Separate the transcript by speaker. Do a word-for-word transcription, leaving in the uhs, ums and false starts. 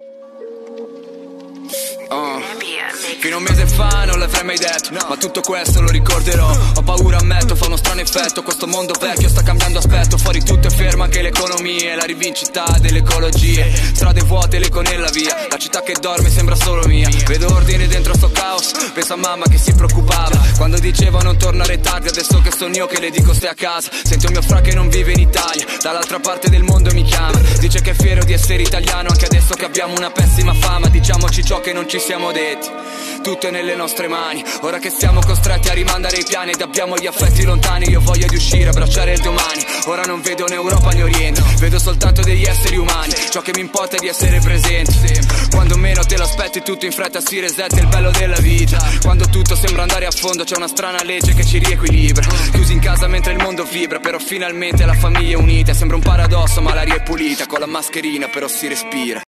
Speaker 1: Uh. Fino a un mese fa non l'avrei mai detto, no. Ma tutto questo lo ricorderò. Ho paura, ammetto, fa uno strano effetto. Questo mondo vecchio sta cambiando aspetto. Fuori tutto è fermo, anche l'economia. La rivincita delle ecologie. Strade vuote, l'eco nella via. La città che dorme sembra solo mia. Vedo ordine dentro sto caos. Penso a mamma che si preoccupava quando diceva non tornare tardi. Adesso che sono io che le dico stai a casa. Sento mio fra che non vive in Italia, dall'altra parte del mondo mi chiama. Dice che è fiero di essere italiano, anche adesso che abbiamo una pessima fama. Diciamoci ciò che non ci siamo detti. Tutto è nelle nostre mani. Ora che siamo costretti a rimandare i piani ed abbiamo gli affetti lontani. Io voglio di uscire, abbracciare il domani. Ora non vedo né Europa né Oriente, vedo soltanto degli esseri umani. Ciò che mi importa è di essere presente. Quando meno te lo aspetti tutto in fretta si resetta il bello della vita. Quando tutto sembra andare a fondo c'è una strana legge che ci riequilibra. Chiusi in casa mentre il mondo vibra, però finalmente la famiglia è unita. Sembra un paradosso ma l'aria è pulita. Con la mascherina però si respira.